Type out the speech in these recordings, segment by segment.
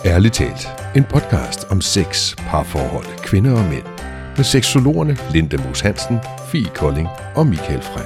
Ærligt talt, en podcast om sex, parforhold, kvinder og mænd. Med seksologerne Linda Moos Hansen, Fie Kolding og Michael Frey.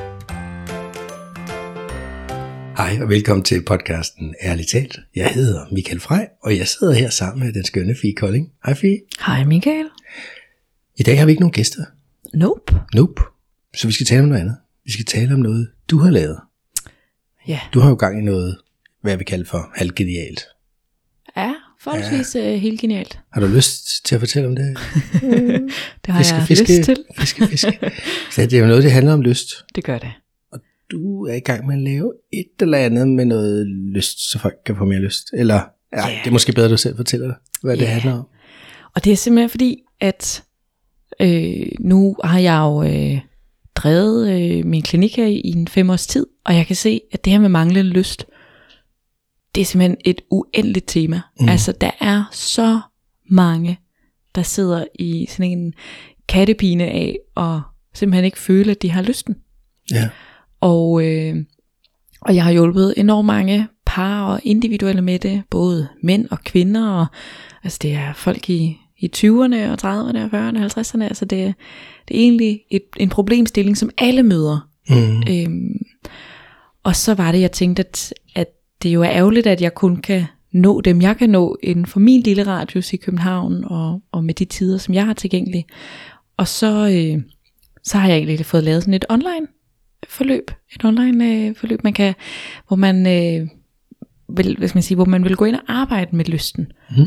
Hej og velkommen til podcasten Ærligt talt. Jeg hedder Michael Frey, og jeg sidder her sammen med den skønne Fie Kolding. Hej Fie. Hej Michael. I dag har vi ikke nogen gæster. Nope. Så vi skal tale om noget andet. Vi skal tale om noget, du har lavet. Ja. Du har jo gang i noget, hvad vi kalder for halvgenialt. Ja, forholdsvis helt genialt. Har du lyst til at fortælle om det? Det har jeg lyst til. Fiske. Så det er jo noget, det handler om lyst. Det gør det. Og du er i gang med at lave et eller andet med noget lyst, så folk kan få mere lyst. Eller det er måske bedre, at du selv fortæller, hvad det handler om. Og det er simpelthen fordi, at nu har jeg jo drevet min klinik her i en 5 års tid, og jeg kan se, at det her med manglende lyst, det er simpelthen et uendeligt tema. Altså der er så mange, der sidder i sådan en kattepine af, og simpelthen ikke føle, at de har lysten. Ja. Og jeg har hjulpet enormt mange par og individuelle med det, både mænd og kvinder, og altså det er folk i 20'erne og 30'erne og 40'erne og 50'erne, altså det er egentlig en problemstilling, som alle møder. Og så var det, jeg tænkte, at det jo er ærgerligt, at jeg kun kan nå dem, jeg kan nå inden for min lille radius i København, og med de tider, som jeg har tilgængelige. Og så har jeg egentlig fået lavet sådan et online forløb. Et online forløb, man kan, hvor man hvor man vil gå ind og arbejde med lysten.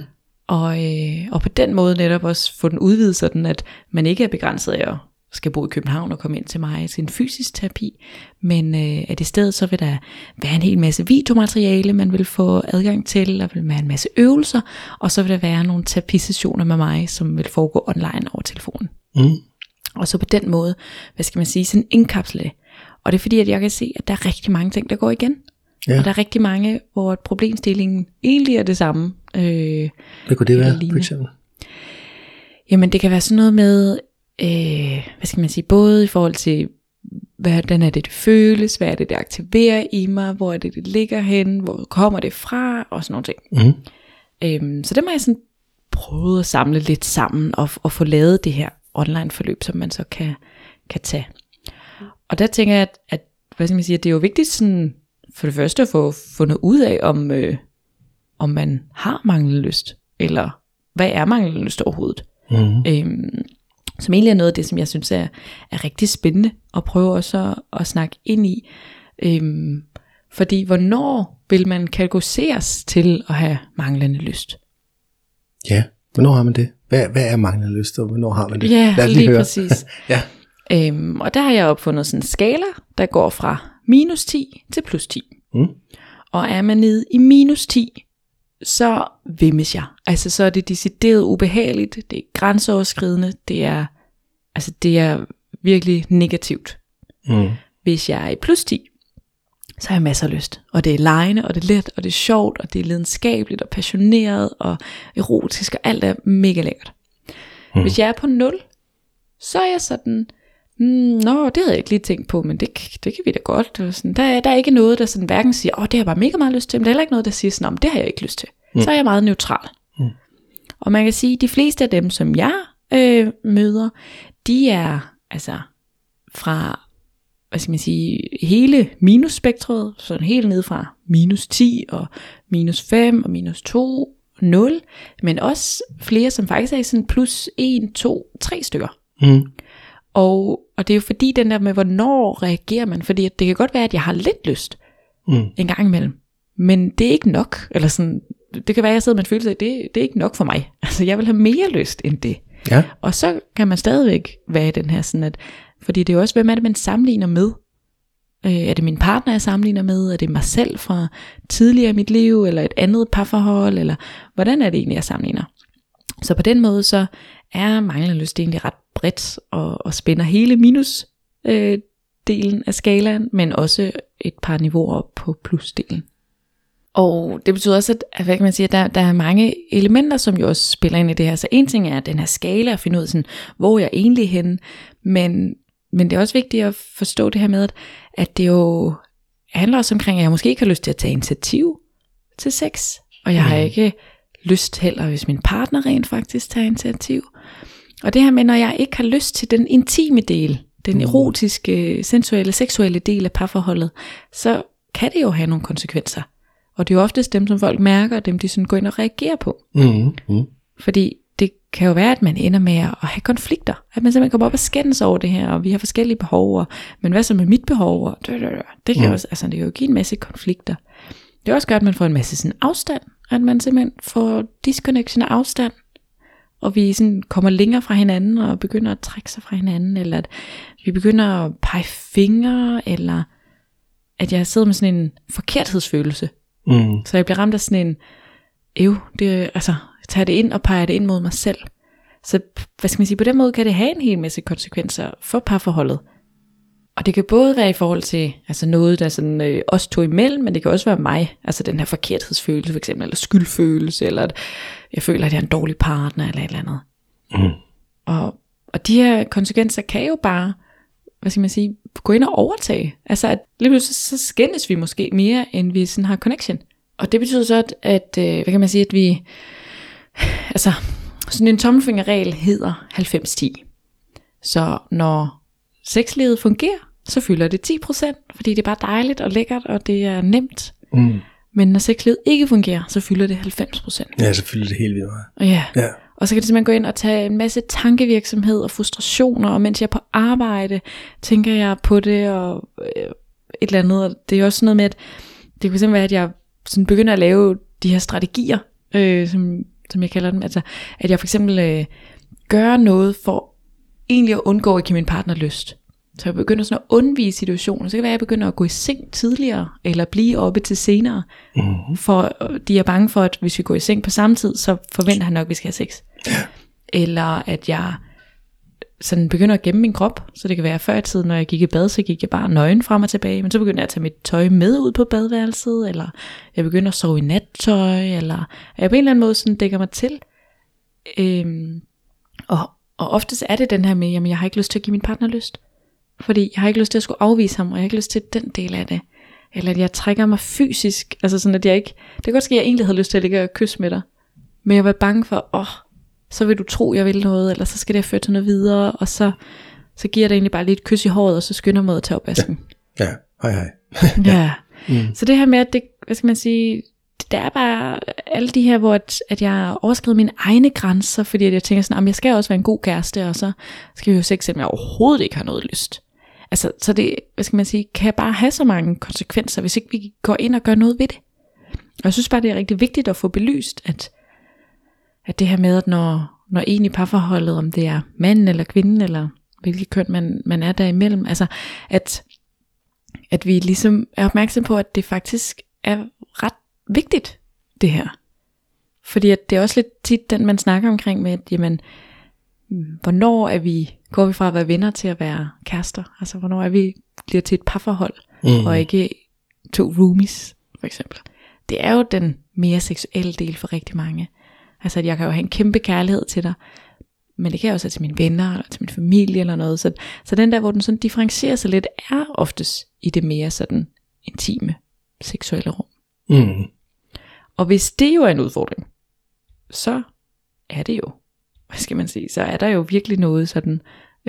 Og på den måde netop også få den udvidet, sådan at man ikke er begrænset af at skal bo i København og komme ind til mig til en fysisk terapi, men at i stedet så vil der være en hel masse videomateriale, man vil få adgang til, og vil være en masse øvelser, og så vil der være nogle terapisessioner med mig, som vil foregå online over telefonen. Og så på den måde, sådan indkapsle det. Og det er fordi, at jeg kan se, at der er rigtig mange ting, der går igen. Ja. Og der er rigtig mange, hvor problemstillingen egentlig er det samme. Hvad kunne det være, for eksempel? Jamen det kan være sådan noget med, både i forhold til, hvordan er det føles, hvad er det aktiverer i mig, hvor er det ligger hen, hvor kommer det fra, og sådan nogle ting. Så det må jeg sådan prøve at samle lidt sammen, og få lavet det her online forløb, som man så kan tage. Og der tænker jeg, at det er jo vigtigt sådan, for det første at få fundet ud af, om man har manglende lyst, eller hvad er manglende lyst overhovedet. Som egentlig er noget af det, som jeg synes er rigtig spændende, at prøve også at snakke ind i. Fordi hvornår vil man kategoriseres til at have manglende lyst? Ja, hvornår har man det? Hvad er manglende lyst, og hvornår har man det? Ja, lige præcis. Ja. Og der har jeg opfundet sådan en skala, der går fra -10 til +10. Og er man nede i -10, så vimmes jeg. Altså så er det decideret ubehageligt, det er grænseoverskridende, det er virkelig negativt. Hvis jeg er i +10, så har jeg masser af lyst. Og det er legende, og det er let, og det er sjovt, og det er lidenskabeligt, og passioneret, og erotisk, og alt er mega lækkert. Hvis jeg er på 0, så er jeg sådan, det havde jeg ikke lige tænkt på, men det kan vi da godt. Sådan, der er ikke noget, der sådan hverken siger, det har jeg bare mega meget lyst til, men der er heller ikke noget, der siger sådan, det har jeg ikke lyst til. Så er jeg meget neutral. Og man kan sige, at de fleste af dem, som jeg møder, de er altså fra, hele minusspektret, sådan helt ned fra -10 og -5 og -2, 0, men også flere, som faktisk er i sådan +1, 2, 3 stykker. Og det er jo fordi den der med, hvornår reagerer man, fordi det kan godt være, at jeg har lidt lyst en gang imellem, men det er ikke nok, eller sådan, det kan være, at jeg sidder med en følelse af, det er ikke nok for mig, altså jeg vil have mere lyst end det. Ja. Og så kan man stadigvæk være i den her sådan, at, fordi det er jo også, hvem er det, man sammenligner med? Er det min partner, jeg sammenligner med? Er det mig selv fra tidligere i mit liv, eller et andet parforhold, eller hvordan er det egentlig, jeg sammenligner? Så på den måde, så er manglende lyst egentlig ret bredt, og spænder hele minus-delen af skalaen, men også et par niveauer på plus-delen. Og det betyder også, at der er mange elementer, som jo også spiller ind i det her. Så en ting er den her skala, at finde ud af, sådan, hvor jeg egentlig er henne, men det er også vigtigt at forstå det her med, at det jo handler også omkring, at jeg måske ikke har lyst til at tage initiativ til sex, og jeg har ikke lyst heller, hvis min partner rent faktisk tager initiativ. Og det her med, når jeg ikke har lyst til den intime del, den erotiske, sensuelle, seksuelle del af parforholdet, så kan det jo have nogle konsekvenser. Og det er jo oftest dem, som folk mærker, dem de sådan går ind og reagerer på. Fordi det kan jo være, at man ender med at have konflikter. At man simpelthen kommer op og skændes over det her, og vi har forskellige behov. Men hvad så med mit behov? Det kan også, altså det kan jo give en masse konflikter. Det er også godt, at man får en masse sådan afstand. At man simpelthen får disconnection og afstand. Og vi sådan kommer længere fra hinanden, og begynder at trække sig fra hinanden. Eller at vi begynder at pege fingre, eller at jeg sidder med sådan en forkerthedsfølelse. Så jeg bliver ramt af sådan en, tager det ind og peger det ind mod mig selv. Så hvad skal man sige, på den måde kan det have en hel masse konsekvenser for parforholdet. Og det kan både være i forhold til altså noget, der sådan os to imellem, men det kan også være mig. Altså den her forkerthedsfølelse for eksempel, eller skyldfølelse, eller at jeg føler, at jeg er en dårlig partner, eller et eller andet. Og de her konsekvenser kan jo bare, hvad skal man sige, gå ind og overtage. Altså at lige pludselig så skændes vi måske mere, end vi sådan har connection. Og det betyder så, at hvad kan man sige, at vi, altså sådan en tommelfingerregel hedder 90-10. Så når sexlivet fungerer, så fylder det 10%, fordi det er bare dejligt og lækkert, og det er nemt. Men når sexlivet ikke fungerer, så fylder det 90%. Ja, så fylder det helt vildt meget. Ja. Og så kan det simpelthen gå ind og tage en masse tankevirksomhed og frustrationer, og mens jeg er på arbejde, tænker jeg på det, og et eller andet. Og det er også noget med, at det kan simpelthen være, at jeg sådan begynder at lave de her strategier, som jeg kalder dem. Altså, at jeg for eksempel gør noget for egentlig at undgå at give min partner lyst. Så jeg begynder sådan at undvige situationer. Så kan det være, at jeg begynder at gå i seng tidligere, eller blive oppe til senere. For de er bange for, at hvis vi går i seng på samme tid, så forventer han nok, at vi skal have sex. Eller at jeg sådan begynder at gemme min krop. Så det kan være, før i tiden, når jeg gik i bad, så gik jeg bare nøgen frem og tilbage. Men så begynder jeg at tage mit tøj med ud på badeværelset, eller jeg begynder at sove i nattøj, eller jeg på en eller anden måde sådan dækker mig til. Og oftest er det den her med, jamen jeg har ikke lyst til at give min partner lyst. Fordi jeg har ikke lyst til at skulle afvise ham, og jeg har ikke lyst til den del af det. Eller at jeg trækker mig fysisk, altså sådan at jeg ikke, det kan godt ske, at jeg egentlig havde lyst til at ligge og kysse med dig. Men jeg var bange for, så vil du tro, jeg vil noget, eller så skal det føre til noget videre, og så giver jeg dig egentlig bare lige et kys i håret, og så skynder mig at tage opvasken. Ja, hej. Ja. Så det her med, at det, hvad skal man sige, der er bare alle de her, hvor at jeg overskrider mine egne grænser, fordi at jeg tænker sådan, jeg skal også være en god kæreste, og så skal vi jo sex, selvom jeg overhovedet ikke har noget lyst. Altså, så det, hvad skal man sige, kan bare have så mange konsekvenser, hvis ikke vi går ind og gør noget ved det. Og jeg synes bare, det er rigtig vigtigt at få belyst, at det her med, at når en i parforholdet, om det er mand eller kvinde, eller hvilket køn man er derimellem, altså at vi ligesom er opmærksom på, at det faktisk er ret vigtigt, det her. Fordi at det er også lidt tit den, man snakker omkring med, at jamen, hvornår går vi fra at være venner til at være kærester? Altså, hvornår bliver til et parforhold, og ikke 2 roomies, for eksempel. Det er jo den mere seksuelle del for rigtig mange. Altså, at jeg kan jo have en kæmpe kærlighed til dig, men det kan jeg også have til mine venner, eller til min familie, eller noget. Så den der, hvor den sådan differentierer sig lidt, er oftest i det mere sådan intime, seksuelle rum. Og hvis det jo er en udfordring, så er det jo, hvad skal man sige, så er der jo virkelig noget sådan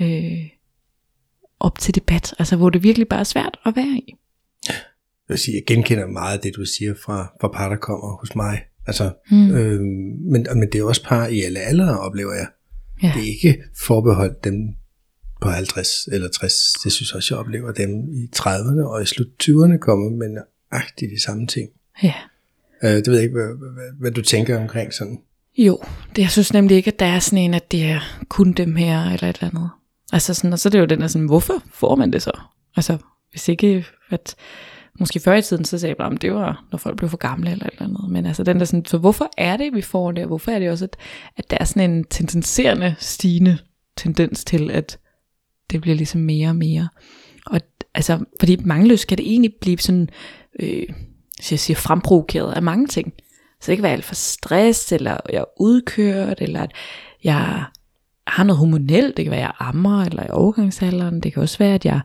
op til debat, altså hvor det virkelig bare er svært at være i. Jeg vil sige, jeg genkender meget af det, du siger fra par, der kommer hos mig. Altså, men det er også par i alle aldre, oplever jeg. Ja. Det er ikke forbeholdt dem på 50 eller 60. Det synes jeg også, jeg oplever dem i 30'erne og i slut 20'erne kommer med nøjagtigt de samme ting. Ja. Det ved jeg ikke, hvad du tænker omkring sådan. Jo, jeg synes nemlig ikke, at der er sådan en, at det er kun dem her, eller et eller andet. Altså sådan, og så er det jo den der sådan, hvorfor får man det så? Altså, hvis ikke, at måske før i tiden, så sagde jeg, at det var, når folk blev for gamle, eller et eller andet. Men altså den der sådan, så hvorfor er det, vi får det? Og hvorfor er det også, at der er sådan en tendenserende, stigende tendens til, at det bliver ligesom mere og mere. Og altså, fordi mangeløst kan det egentlig blive sådan, jeg siger fremprovokeret af mange ting. Så det kan være alt for stress, eller jeg er udkørt, eller at jeg har noget hormonelt. Det kan være, at jeg ammer, eller i overgangsalderen. Det kan også være, at jeg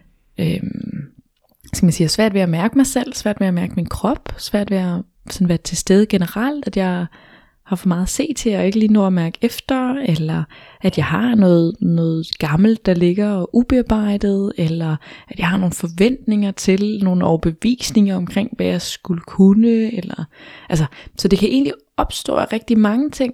skal man sige, svært ved at mærke mig selv, svært ved at mærke min krop, svært ved at sådan være til stede generelt, at jeg har for meget at se til, og ikke lige når at mærke efter, eller at jeg har noget gammelt, der ligger og ubearbejdet, eller at jeg har nogle forventninger til, nogle overbevisninger omkring, hvad jeg skulle kunne, eller, altså, så det kan egentlig opstå af rigtig mange ting,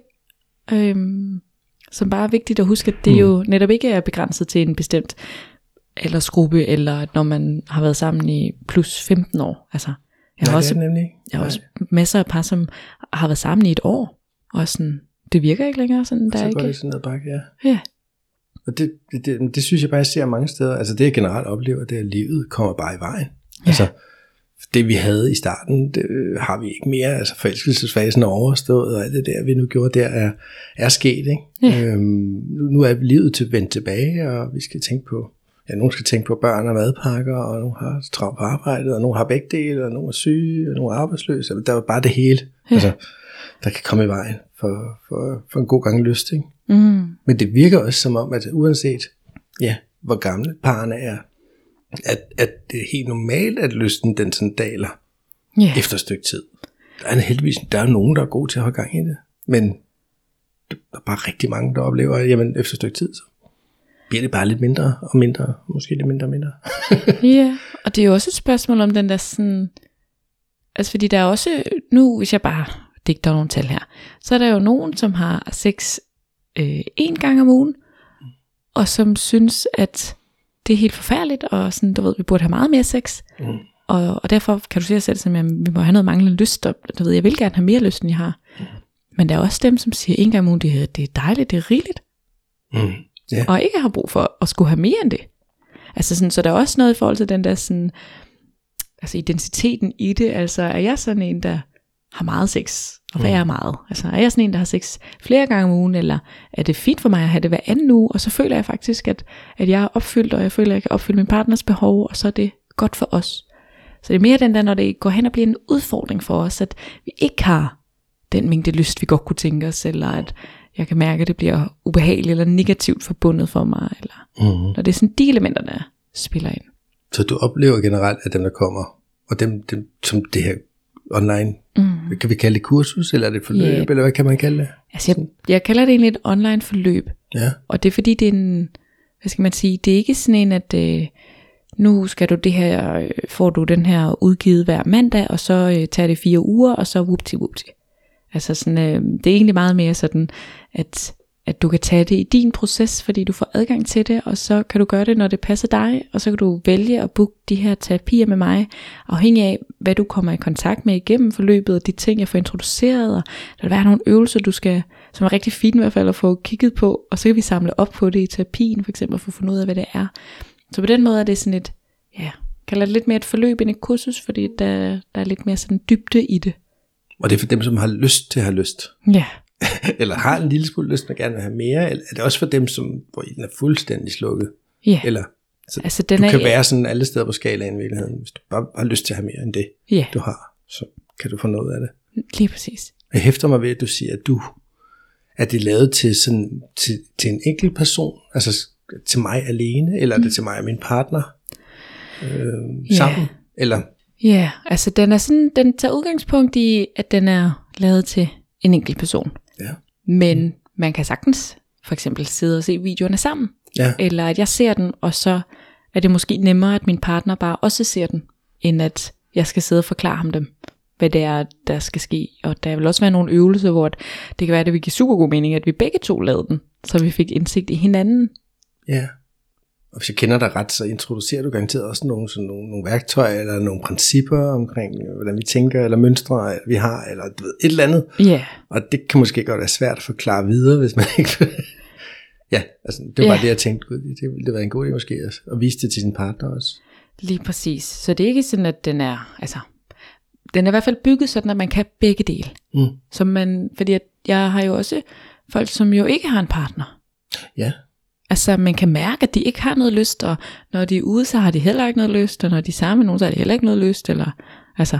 som bare er vigtigt at huske, at det jo netop ikke er begrænset til en bestemt aldersgruppe, eller når man har været sammen i plus 15 år, altså. Jeg har også masser af par, som har været sammen i et år, og sådan, det virker ikke længere. Sådan, der så går det sådan ned bakke, ja. Og det synes jeg bare, jeg ser mange steder. Altså det jeg generelt oplever, det er, at livet kommer bare i vejen. Ja. Altså det vi havde i starten, det har vi ikke mere. Altså forelskelsesfasen er overstået, og alt det der, vi nu gjorde der, er sket. Ikke? Ja. Nu er livet vendt tilbage, og vi skal tænke på, nogen skal tænke på børn og madpakker, og nogle har travlt på arbejdet, og nogle har begge dele, og nogle er syge, og nogle er arbejdsløse. Der er bare det hele, altså, der kan komme i vejen for en god gang lyst. Ikke? Men det virker også som om, at uanset hvor gamle parerne er, at det er helt normalt, at lysten den sådan daler efter et stykke tid. Der er nogen, der er gode til at holde gang i det, men der er bare rigtig mange, der oplever, at jamen, efter et stykke tid, så bliver det bare lidt mindre og mindre, måske lidt mindre og mindre. Ja, og det er jo også et spørgsmål om den der sådan, altså fordi der er også, nu hvis jeg bare digter nogle tal her, så er der jo nogen, som har sex 1 gang om ugen, og som synes, at det er helt forfærdeligt, og sådan, du ved, vi burde have meget mere sex, og derfor kan du sige dig selv, at vi må have noget manglende lyst, og du ved, jeg vil gerne have mere lyst, end jeg har. Men der er også dem, som siger 1 gang om ugen, det er dejligt, det er rigeligt. Yeah. Og ikke har brug for at skulle have mere end det. Altså sådan, så der er også noget i forhold til den der sådan, altså identiteten i det. Altså er jeg sådan en, der har meget sex, og hvad er meget? Altså er jeg sådan en, der har sex flere gange om ugen, eller er det fint for mig at have det hver anden uge, og så føler jeg faktisk, at jeg er opfyldt, og jeg føler, at jeg kan opfylde min partners behov, og så er det godt for os. Så det er mere den der, når det går hen og bliver en udfordring for os, at vi ikke har den mængde lyst, vi godt kunne tænke os, eller at jeg kan mærke, at det bliver ubehageligt eller negativt forbundet for mig, eller når det er sådan de elementer, der spiller ind. Så du oplever generelt, at dem der kommer, og dem som det her online, kan vi kalde det kursus, eller er det forløb, eller hvad kan man kalde det? Altså jeg kalder det egentlig et online forløb, og det er fordi det er en, hvad skal man sige, det er ikke sådan en, at nu skal du det her, får du den her udgivet hver mandag, og så tager det 4 uger, og så whoopty. Altså sådan, det er egentlig meget mere sådan, at du kan tage det i din proces, fordi du får adgang til det, og så kan du gøre det, når det passer dig, og så kan du vælge at booke de her terapier med mig, afhængig af, hvad du kommer i kontakt med igennem forløbet, og de ting, jeg får introduceret, og der vil være nogle øvelser, som er rigtig fine i hvert fald, at få kigget på, og så kan vi samle op på det i terapien, for eksempel, for at finde ud af, hvad det er. Så på den måde er det sådan et, kalder det lidt mere et forløb end et kursus, fordi der er lidt mere sådan dybde i det. Og det er for dem, som har lyst til at have lyst. Ja. Eller har en lille smule lyst, og gerne vil have mere. Eller er det også for dem, hvor den er fuldstændig slukket? Ja. Eller, så altså, du kan være sådan alle steder på skalaen i virkeligheden. Hvis du bare har lyst til at have mere end det, du har, så kan du få noget af det. Lige præcis. Jeg hæfter mig ved, at du siger, at det er lavet til, sådan, til en enkelt person, altså til mig alene, eller er det til mig og min partner sammen? Eller... Ja, altså den tager udgangspunkt i, at den er lavet til en enkelt person. Ja. Men man kan sagtens for eksempel sidde og se videoerne sammen. Ja. Eller at jeg ser den, og så er det måske nemmere, at min partner bare også ser den, end at jeg skal sidde og forklare ham dem, hvad det er, der skal ske. Og der vil også være nogle øvelser, hvor det kan være, at det vil give super god mening, at vi begge to lavede den, så vi fik indsigt i hinanden. Ja. Og hvis jeg kender dig ret, så introducerer du garanteret også nogle værktøjer, eller nogle principper omkring, hvordan vi tænker, eller mønstre, vi har, eller du ved, et eller andet. Ja. Og det kan måske godt være svært at forklare videre, hvis man ikke... Ja, altså det var bare det, jeg tænkte, det ville være en god idé måske, at vise det til sin partner også. Lige præcis. Så det er ikke sådan, at den er, altså, den er i hvert fald bygget sådan, at man kan begge dele. Fordi jeg har jo også folk, som jo ikke har en partner. Ja. Altså man kan mærke, at de ikke har noget lyst, og når de er ude, så har de heller ikke noget lyst, og når de er sammen med nogen, så har de heller ikke noget lyst, eller, altså,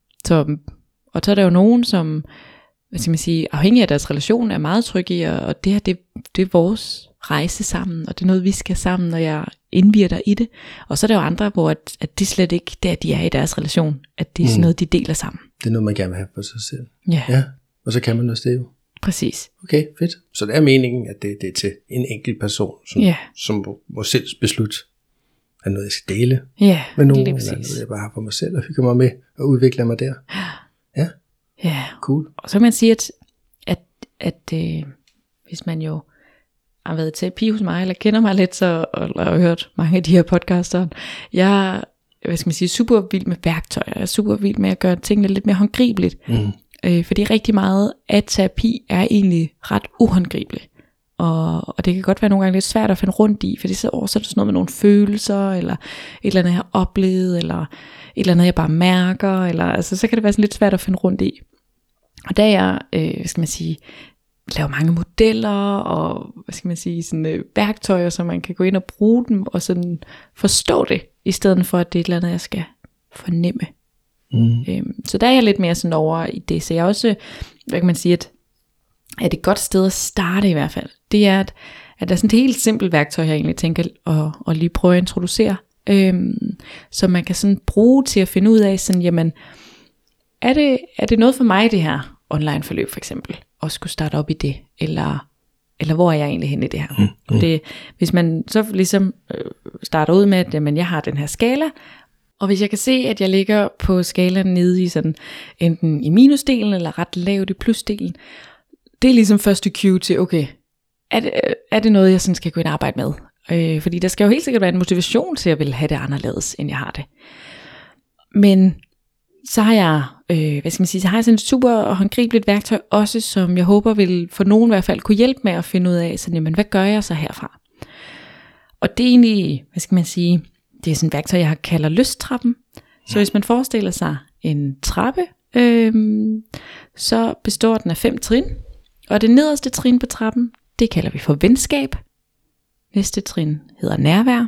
og så er der jo nogen, som, hvad skal man sige, afhængig af deres relation, er meget trygge i, og det her, det er vores rejse sammen, og det er noget, vi skal sammen, når jeg indvirker i det, og så er der jo andre, hvor at de slet ikke, der de er i deres relation, at det er sådan noget, de deler sammen. Det er noget, man gerne vil have for sig selv. Ja. Og så kan man også det jo. Præcis. Okay, fedt. Så det er meningen, at det er til en enkelt person, som må selv beslutte, er noget, jeg skal dele med nogen, eller noget, jeg bare har for mig selv, og hygger mig med, og udvikler mig der. Ja, cool. Og så kan man sige, at hvis man jo har været i terapi hos mig, eller kender mig lidt, og har hørt mange af de her podcaster, jeg er super vild med værktøjer, jeg er super vild med at gøre tingene lidt mere håndgribeligt, fordi rigtig meget af terapi er egentlig ret uhåndgribeligt. Og det kan godt være nogle gange lidt svært at finde rundt i, fordi så er det sådan noget med nogle følelser, eller et eller andet jeg har oplevet, eller et eller andet jeg bare mærker, eller altså så kan det være sådan lidt svært at finde rundt i. Og der er jeg, laver mange modeller, og sådan værktøjer, så man kan gå ind og bruge dem, og sådan forstå det, i stedet for at det er et eller andet jeg skal fornemme. Så der er jeg lidt mere sådan over i det, så jeg også, at et godt sted at starte i hvert fald, det er, at der er sådan et helt simpelt værktøj, jeg egentlig tænker at lige prøve at introducere, som man kan sådan bruge til at finde ud af, sådan, jamen, er det noget for mig, det her online forløb for eksempel, at skulle starte op i det, eller hvor er jeg egentlig henne i det her? Det, hvis man så ligesom starter ud med, at jamen, jeg har den her skala, og hvis jeg kan se, at jeg ligger på skalaen nede i sådan, enten i minusdelen, eller ret lavt i plusdelen, det er ligesom første cue til, okay, er det noget, jeg sådan skal gå ind og arbejde med? Fordi der skal jo helt sikkert være en motivation til, at jeg vil have det anderledes, end jeg har det. Men så har jeg, så har jeg sådan et super håndgribeligt værktøj også, som jeg håber vil for nogen i hvert fald kunne hjælpe med at finde ud af, sådan, jamen, hvad gør jeg så herfra? Og det er egentlig, det er sådan et værktøj, jeg kalder lysttrappen. Så hvis man forestiller sig en trappe, så består den af 5 trin. Og det nederste trin på trappen, det kalder vi for venskab. Næste trin hedder nærvær,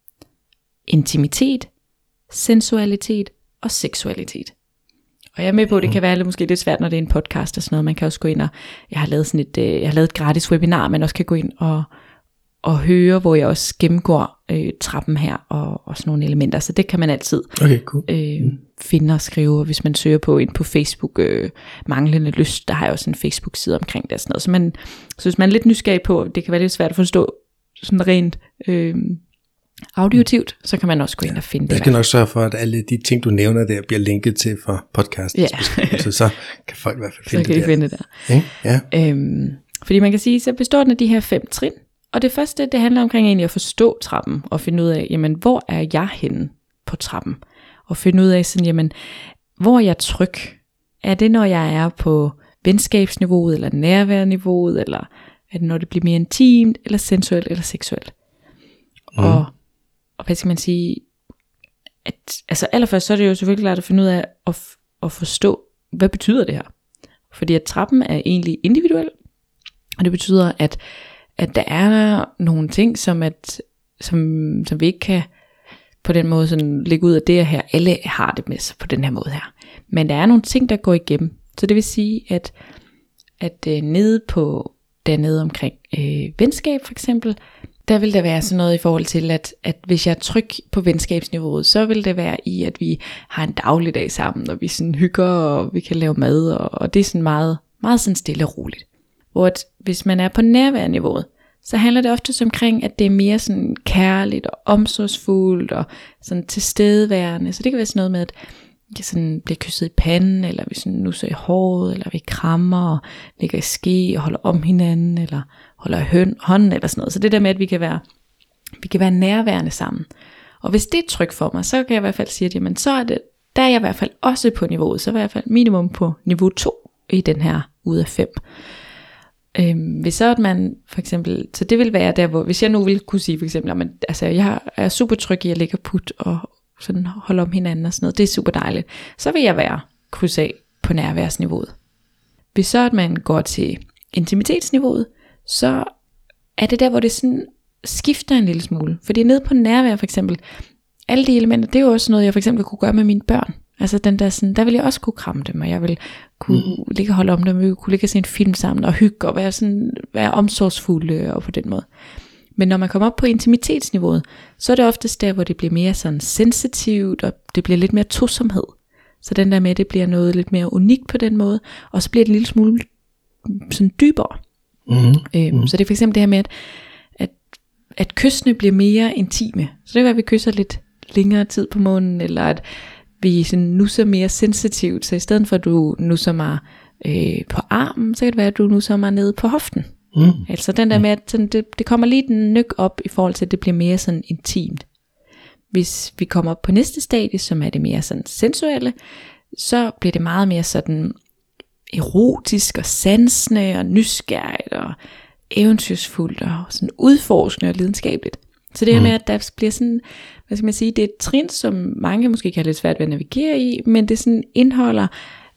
intimitet, sensualitet og seksualitet. Og jeg er med på, at det kan være måske lidt svært, når det er en podcast og sådan noget. Man kan også gå ind og, jeg har lavet et gratis webinar, man også kan gå ind og høre, hvor jeg også gennemgår trappen her og sådan nogle elementer. Så det kan man altid finde og skrive, hvis man søger på ind på Facebook manglende lyst. Der har jeg også en Facebook-side omkring det og sådan noget. Så hvis man er lidt nysgerrig på, det kan være lidt svært at forstå sådan rent auditivt, så kan man også gå ind og finde det. Jeg skal nok sørge for, at alle de ting, du nævner der, bliver linket til for podcastens beskrivelse, så kan folk i hvert fald finde det der. Så kan de finde det der. Fordi man kan sige, så består den af de her 5 trin, og det første, det handler omkring egentlig at forstå trappen, og finde ud af, jamen, hvor er jeg henne på trappen? Og finde ud af sådan, jamen, hvor er jeg tryg? Er det, når jeg er på venskabsniveauet, eller nærværniveauet, eller er det, når det bliver mere intimt, eller sensuelt, eller seksuelt? Og hvad skal man sige, at altså allerførst, så er det jo selvfølgelig klart at finde ud af, at forstå, hvad betyder det her? Fordi at trappen er egentlig individuel, og det betyder, at der er nogle ting, som vi ikke kan på den måde sådan lægge ud af det her. Alle har det med på den her måde her. Men der er nogle ting, der går igennem. Så det vil sige, at dernede omkring venskab for eksempel, der vil der være sådan noget i forhold til, at hvis jeg er tryg på venskabsniveauet, så vil det være i, at vi har en dagligdag sammen, og vi sådan hygger, og vi kan lave mad, og det er sådan meget, meget sådan stille og roligt. Hvor hvis man er på nærværniveauet, så handler det ofte omkring, at det er mere sådan kærligt og omsorgsfuldt og sådan tilstedeværende. Så det kan være sådan noget med, at vi sådan bliver kysset i panden, eller vi sådan nusser i håret, eller vi krammer og ligger i ske og holder om hinanden, eller holder i hånden eller sådan noget. Så det der med, at vi kan være nærværende sammen. Og hvis det er trygt for mig, så kan jeg i hvert fald sige, at jamen, så er det, der er jeg i hvert fald også på niveauet. Så er jeg i hvert fald minimum på niveau 2 i den her ud af 5. Hvis så at man for eksempel, så det vil være der, hvor hvis jeg nu ville kunne sige for eksempel, altså jeg er super tryg i at ligge put og sådan holde om hinanden og sådan noget, det er super dejligt, så vil jeg være kryds af på nærværsniveauet. Hvis så at man går til intimitetsniveauet, så er det der, hvor det sådan skifter en lille smule, fordi nede på nærvær for eksempel, alle de elementer, det er jo også noget, jeg for eksempel kunne gøre med mine børn. Altså den der sådan, der vil jeg også kunne kramme dem, og jeg vil kunne ligge og holde om dem, vi kunne ligge og se en film sammen og hygge og være omsorgsfulde og på den måde. Men når man kommer op på intimitetsniveauet, så er det oftest der, hvor det bliver mere sådan sensitivt, og det bliver lidt mere tosomhed. Så den der med, det bliver noget lidt mere unikt på den måde, og så bliver det en lille smule sådan dybere. Så det er for eksempel det her med, at kyssene bliver mere intime. Så det kan være, at vi kysser lidt længere tid på måneden, eller at vi sådan nusser mere sensitivt. Så i stedet for at du nusser mig på armen, så kan det være, at du nusser mig nede på hoften. Altså den der med, at sådan, det kommer lige den nyk op, i forhold til, at det bliver mere sådan intimt. Hvis vi kommer op på næste stadie, som er det mere sådan sensuelle, så bliver det meget mere sådan erotisk og sansende og nysgerrigt og eventyrsfuldt og sådan udforskende og lidenskabeligt. Så det her med, at der bliver sådan, hvad skal man sige, det er et trin, som mange måske kan have lidt svært ved at navigere i, men det sådan indeholder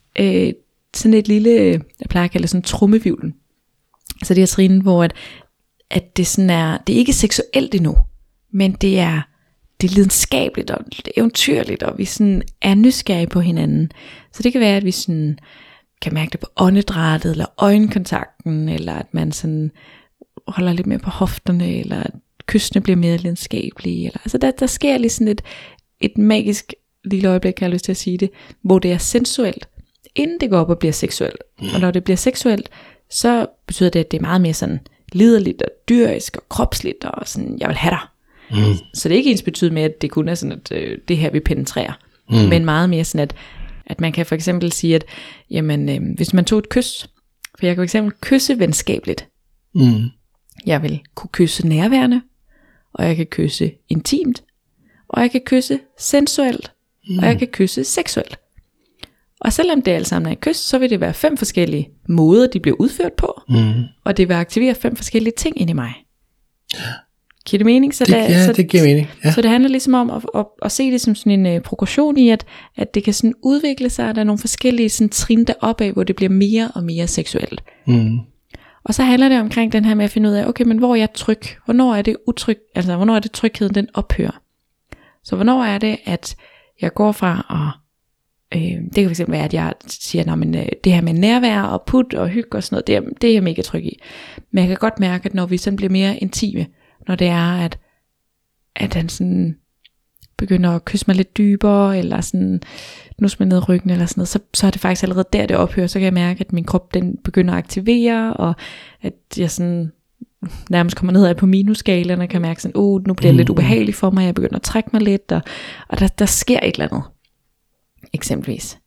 sådan et lille, jeg plejer at kalde det sådan trummevivlen. Så det her trin, hvor at det sådan er, det er ikke seksuelt endnu, men det er lidenskabeligt og det er eventyrligt, og vi sådan er nysgerrige på hinanden. Så det kan være, at vi sådan kan mærke det på åndedrættet, eller øjenkontakten, eller at man sådan holder lidt mere på hofterne, eller at kyssene bliver mere lidenskabelige. Eller, altså der sker lige sådan et magisk lille øjeblik, kan jeg lyst til at sige det, hvor det er sensuelt, inden det går op og bliver seksuelt. Og når det bliver seksuelt, så betyder det, at det er meget mere sådan liderligt og dyrisk og kropsligt, og sådan, jeg vil have dig. Så det er ikke ens betydet med, at det kun er sådan, at det her vi penetrerer, men meget mere sådan, at man kan for eksempel sige, at jamen, hvis man tog et kys, for jeg kan for eksempel kysse venskabeligt. Jeg vil kunne kysse nærværende, og jeg kan kysse intimt, og jeg kan kysse sensuelt, og jeg kan kysse seksuelt. Og selvom det alt sammen er et kys, så vil det være 5 forskellige måder, de bliver udført på, og det vil aktivere 5 forskellige ting ind i mig. Giver det mening? Så det giver mening. Ja. Så det handler ligesom om at se det som sådan en progression i, at det kan sådan udvikle sig, at der er nogle forskellige sådan trin deropad, hvor det bliver mere og mere seksuelt. Og så handler det omkring den her med at finde ud af, okay, men hvor er jeg tryg? Hvornår er det utryg? Altså, hvornår er det trygheden, den ophører? Så hvornår er det, at jeg går fra at det kan fx være, at jeg siger, det her med nærvær og put og hygge og sådan noget, det er jeg mega tryg i. Men jeg kan godt mærke, at når vi sådan bliver mere intime, når det er, at han sådan begynder at kysse mig lidt dybere, eller sådan nusse mig ned i ryggen, eller sådan noget, så er det faktisk allerede der, det ophører. Så kan jeg mærke, at min krop, den begynder at aktivere, og at jeg sådan nærmest kommer ned på minusskalaen, og kan mærke sådan, nu bliver det lidt ubehageligt for mig, jeg begynder at trække mig lidt, og der sker et eller andet. Eksempelvis.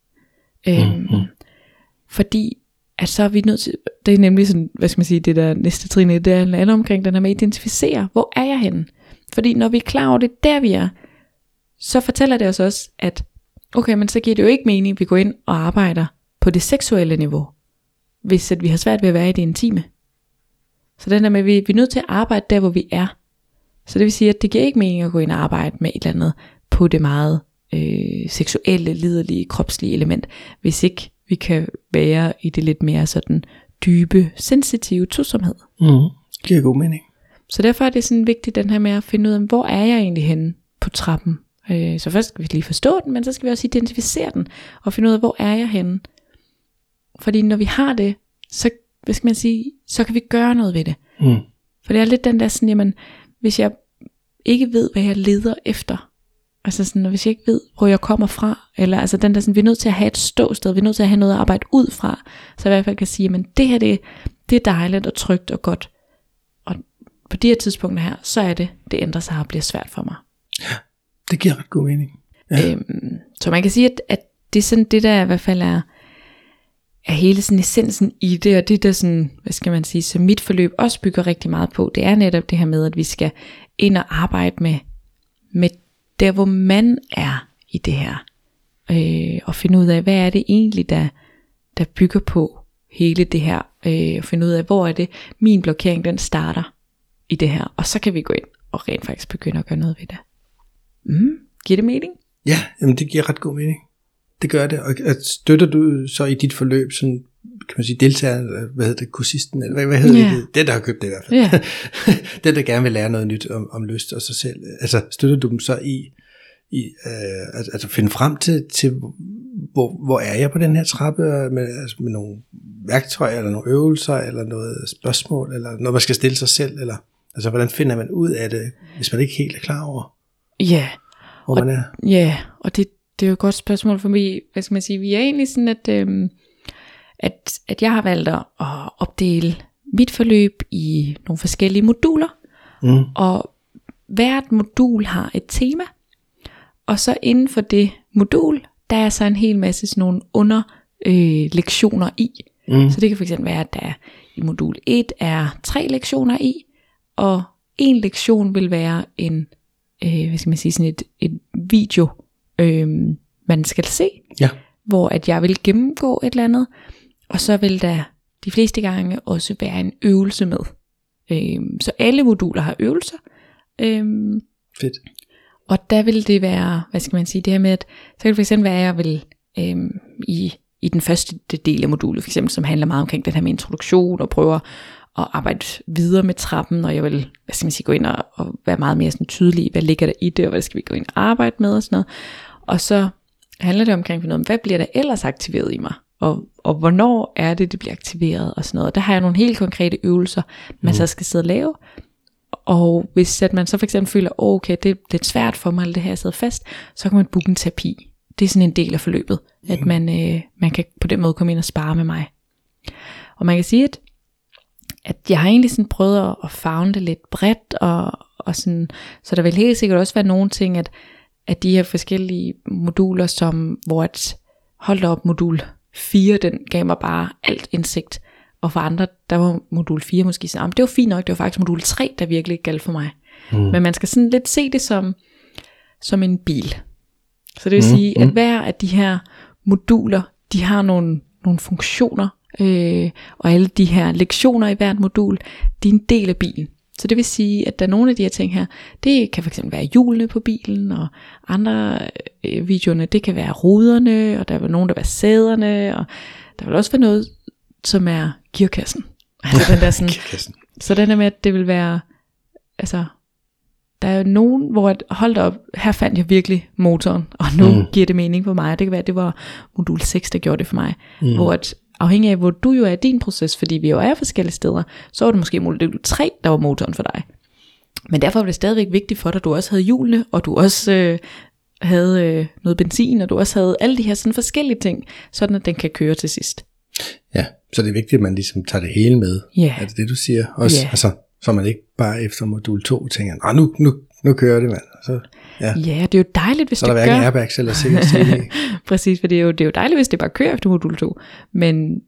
Fordi at så er vi nødt til, det er nemlig sådan, hvad skal man sige, det der næste trin, det er omkring den her med at identificere, hvor er jeg henne? Fordi når vi er klar over det, der vi er, så fortæller det os også, at okay, men så giver det jo ikke mening, at vi går ind og arbejder på det seksuelle niveau, hvis at vi har svært ved at være i det intime. Så den der med, at vi er nødt til at arbejde der, hvor vi er. Så det vil sige, at det giver ikke mening at gå ind og arbejde med et eller andet på det meget seksuelle, liderlige, kropslige element, hvis ikke vi kan være i det lidt mere sådan dybe, sensitive tosomhed. Det giver god mening. Så derfor er det sådan vigtigt, den her med at finde ud af, hvor er jeg egentlig henne på trappen. Så først skal vi lige forstå den, men så skal vi også identificere den, og finde ud af, hvor er jeg henne. Fordi når vi har det, så, hvad skal man sige, så kan vi gøre noget ved det. For det er lidt den der sådan, jamen, hvis jeg ikke ved, hvad jeg leder efter, altså sådan, hvis jeg ikke ved, hvor jeg kommer fra, eller altså den der sådan, vi er nødt til at have et ståsted, vi er nødt til at have noget at arbejde ud fra, så jeg i hvert fald kan sige, men det her, det er dejligt og trygt og godt, og på de her tidspunkter her, så er det ændrer sig og bliver svært for mig. Ja, det giver ret god mening. Ja. Så man kan sige, at det er sådan det der i hvert fald er hele sådan essensen i det, og det der sådan, hvad skal man sige, så mit forløb også bygger rigtig meget på, det er netop det her med, at vi skal ind og arbejde med der hvor man er i det her, og finde ud af, hvad er det egentlig, der bygger på hele det her, og finde ud af, hvor er det, min blokering, den starter i det her, og så kan vi gå ind og rent faktisk begynde at gøre noget ved det. Giver det mening? Ja, jamen det giver ret god mening. Det gør det, og støtter du så i dit forløb, sådan, kan man sige, deltager, hvad hedder det, kursisten, eller hvad hedder det, det der har købt det i hvert fald, den der gerne vil lære noget nyt om lyst og sig selv, altså støtter du dem så i altså finde frem til hvor er jeg på den her trappe, med nogle værktøjer, eller nogle øvelser, eller noget spørgsmål, eller noget man skal stille sig selv, eller altså hvordan finder man ud af det, hvis man ikke helt er klar over, hvor man er? Ja, og det er jo et godt spørgsmål for mig. Hvad skal man sige? Vi er egentlig sådan, at jeg har valgt opdele mit forløb i nogle forskellige moduler, og hvert modul har et tema, og så inden for det modul, der er så en hel masse sådan nogle lektioner i. Så det kan fx være, at der i modul 1 er 3 lektioner i, og en lektion vil være en, hvad skal man sige, sådan et video, man skal se, hvor at jeg vil gennemgå et eller andet, og så vil der de fleste gange også være en øvelse med. Så alle moduler har øvelser. Fedt. Og der vil det være, hvad skal man sige, det her med, at så kan det for eksempel være, at jeg vil i den første del af modulet, for eksempel, som handler meget omkring den her med introduktion, og prøver at arbejde videre med trappen, og jeg vil, hvad skal man sige, gå ind og være meget mere sådan tydelig, hvad ligger der i det, og hvad skal vi gå ind og arbejde med, og sådan noget. Og så handler det omkring noget om, hvad bliver der ellers aktiveret i mig, og hvornår er det bliver aktiveret, og sådan noget. Der har jeg nogle helt konkrete øvelser, man så skal sidde og lave. Og hvis at man så for eksempel føler, okay, det er lidt svært for mig, det her sidder fast, så kan man booke en terapi. Det er sådan en del af forløbet, at man kan på den måde komme ind og spare med mig. Og man kan sige, at jeg har egentlig sådan prøvet at favne det lidt bredt, og sådan, så der vil helt sikkert også være nogle ting, at de her forskellige moduler, hvor at holdt op modul 4, den gav mig bare alt indsigt. Og for andre, der var modul 4 måske sådan, det var fint nok, det var faktisk modul 3, der virkelig galt for mig. Men man skal sådan lidt se det som en bil. Så det vil sige, at hver af de her moduler, de har nogle funktioner, og alle de her lektioner i hvert modul, de er en del af bilen. Så det vil sige, at der er nogle af de her ting her, det kan fx være hjulene på bilen, og andre videoerne, det kan være ruderne, og der vil nogen, der være sæderne, og der vil også være noget, som er gearkassen. Altså den der sådan, så den der med, at det vil være, altså, der er jo nogen, hvor hold op, her fandt jeg virkelig motoren, og nu giver det mening for mig. Det kan være, at det var modul 6, der gjorde det for mig. Hvor at, afhængig af, hvor du jo er i din proces, fordi vi jo er forskellige steder, så var det måske modul 3, der var motoren for dig. Men derfor var det stadigvæk vigtigt for dig, at du også havde hjulene, og du også havde noget benzin, og du også havde alle de her sådan forskellige ting, sådan at den kan køre til sidst. Ja, så det er vigtigt, at man ligesom tager det hele med. Er det du siger? Også, altså, så man ikke bare efter modul 2 tænker, nu kører det, mand. Så, ja, det er jo dejligt, hvis det gør. Så der er hverken airbags eller sikkerhedssele. Præcis, for det er jo dejligt, hvis det bare kører efter modul 2. Men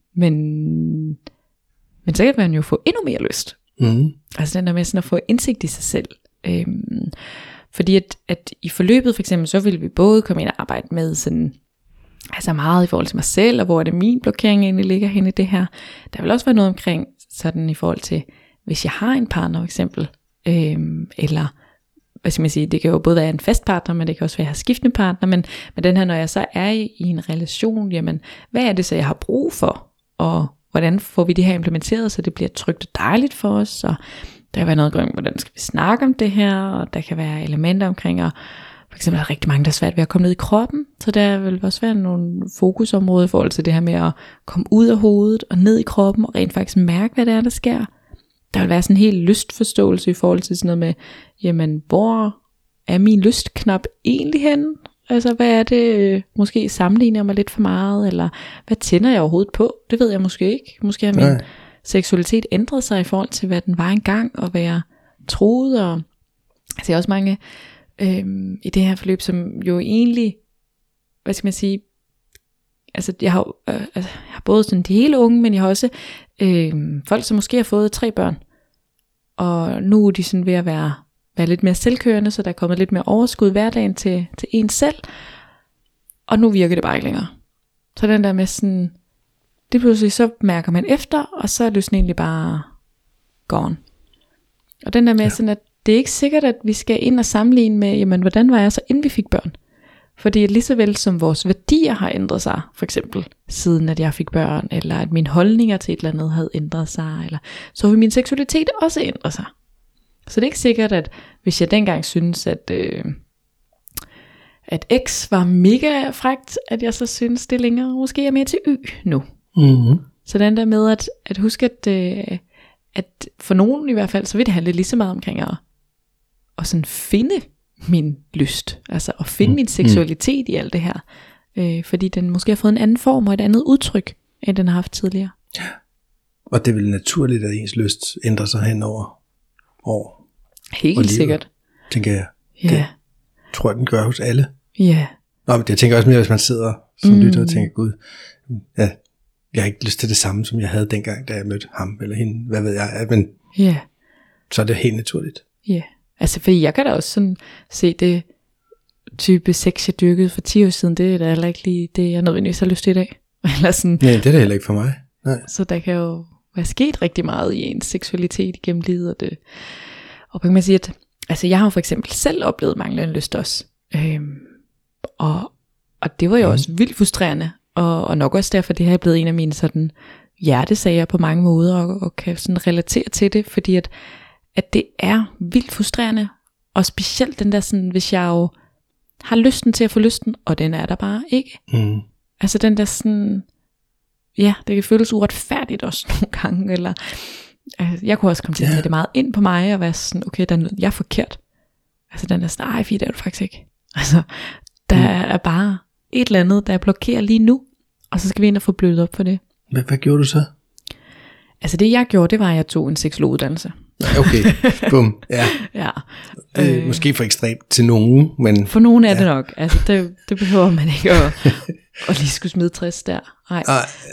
så kan man jo få endnu mere lyst. Altså den der med sådan at få indsigt i sig selv. Fordi at i forløbet for eksempel, så vil vi både komme ind og arbejde med sådan, altså meget i forhold til mig selv, og hvor er det min blokering egentlig ligger henne i det her. Der vil også være noget omkring sådan i forhold til, hvis jeg har en partner for eksempel, eller hvad skal man sige, det kan jo både være en fast partner, men det kan også være skiftende partner, men den her, når jeg så er i en relation, jamen, hvad er det så, jeg har brug for, og hvordan får vi det her implementeret, så det bliver trygt og dejligt for os, og der kan være noget omkring, hvordan skal vi snakke om det her, og der kan være elementer omkring, og for eksempel er der rigtig mange, der er svært ved at komme ned i kroppen, så der vil også være nogle fokusområder i forhold til det her med at komme ud af hovedet, og ned i kroppen, og rent faktisk mærke, hvad det er, der sker. Der vil være sådan en helt lystforståelse i forhold til sådan noget med, jamen, hvor er min lystknap egentlig henne? Altså, hvad er det, måske sammenligner jeg mig lidt for meget, eller hvad tænder jeg overhovedet på? Det ved jeg måske ikke. Måske har min seksualitet ændret sig i forhold til, hvad den var engang, og hvad jeg troede, og altså, jeg har også mange i det her forløb, som jo egentlig, hvad skal man sige, altså jeg har både sådan de hele unge, men jeg har også folk, som måske har fået 3 børn, og nu er de sådan ved at være lidt mere selvkørende, så der er kommet lidt mere overskud i hverdagen til en selv, og nu virker det bare ikke længere. Så den der med sådan, det pludselig så mærker man efter, og så er det sådan egentlig bare gone. Og den der med sådan, at det er ikke sikkert, at vi skal ind og sammenligne med, jamen hvordan var jeg så inden vi fik børn? Fordi lige så vel som vores værdier har ændret sig, for eksempel siden at jeg fik børn, eller at mine holdninger til et eller andet havde ændret sig, eller så vil min seksualitet også ændre sig. Så det er ikke sikkert, at hvis jeg dengang synes, at X var mega frækt, at jeg så synes, det længere måske er mere til Y nu. Så den der med at huske, at for nogen i hvert fald, så vil det handle lige så meget omkring at sådan finde min lyst, altså at finde min seksualitet i alt det her, fordi den måske har fået en anden form og et andet udtryk, end den har haft tidligere. Og det er vel naturligt, at ens lyst ændrer sig hen over år. Helt sikkert. Tænker jeg. Ja. Det tror jeg, den gør hos alle. Ja. Nå, men jeg tænker også mere, hvis man sidder som lytter og tænker, gud, ja, jeg har ikke lyst til det samme, som jeg havde dengang, da jeg mødte ham eller hende. Hvad ved jeg? Men så er det helt naturligt. Ja. Altså, fordi jeg kan da også sådan se det type sex, jeg dyrkede for 10 år siden, det er da heller ikke lige det, jeg nødvendigvis har lyst til i dag. Eller sådan. Nej, det er da heller ikke for mig. Nej. Så der kan jo være sket rigtig meget i ens seksualitet igennem livet. Og kan man sige, at altså, jeg har jo for eksempel selv oplevet manglende lyst også. Og det var jo også vildt frustrerende. Og nok også derfor, det her er blevet en af mine sådan hjertesager på mange måder, og kan sådan relatere til det, fordi at det er vildt frustrerende. Og specielt den der sådan, hvis jeg jo har lysten til at få lysten, og den er der bare ikke. Altså den der sådan, ja, det kan føles uretfærdigt også nogle gange, eller jeg kunne også komme til at tage det meget ind på mig, og være sådan, okay, jeg er forkert. Altså den der sådan, ej, fint er du faktisk ikke. Altså, der er bare et eller andet, der blokerer lige nu, og så skal vi ind og få blødt op for det. Hvad gjorde du så? Altså det jeg gjorde, det var, at jeg tog en seksologuddannelse. Okay, bum, ja. Ja. Det er måske for ekstremt til nogen, men... For nogen er det nok. Altså det behøver man ikke at lige skulle smide 60 der. Nej.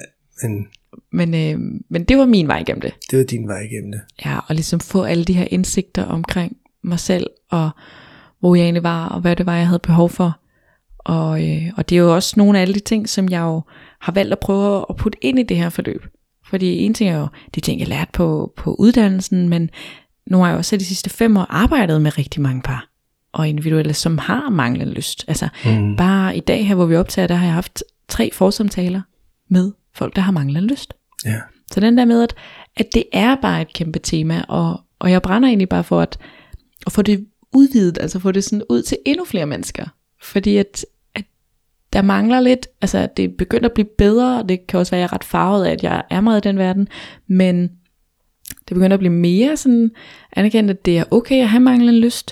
Men det var min vej igennem det. Det var din vej igennem det. Ja, og ligesom få alle de her indsigter omkring mig selv, og hvor jeg egentlig var, og hvad det var, jeg havde behov for. Og det er jo også nogle af alle de ting, som jeg jo har valgt at prøve at putte ind i det her forløb. Fordi en ting er jo de ting, jeg lærte på uddannelsen, men nu har jeg også de sidste 5 år arbejdet med rigtig mange par og individuelle, som har manglende lyst. Altså bare i dag her, hvor vi optager, der har jeg haft 3 forsamtaler med folk, der har manglende lyst. Ja. Så den der med, at det er bare et kæmpe tema, og jeg brænder egentlig bare for at få det udvidet, altså få det sådan ud til endnu flere mennesker. Fordi at der mangler lidt, altså det begynder at blive bedre, og det kan også være, at jeg er ret farvet af, at jeg er meget i den verden, men det begynder at blive mere sådan anerkendt, at det er okay at have manglende lyst,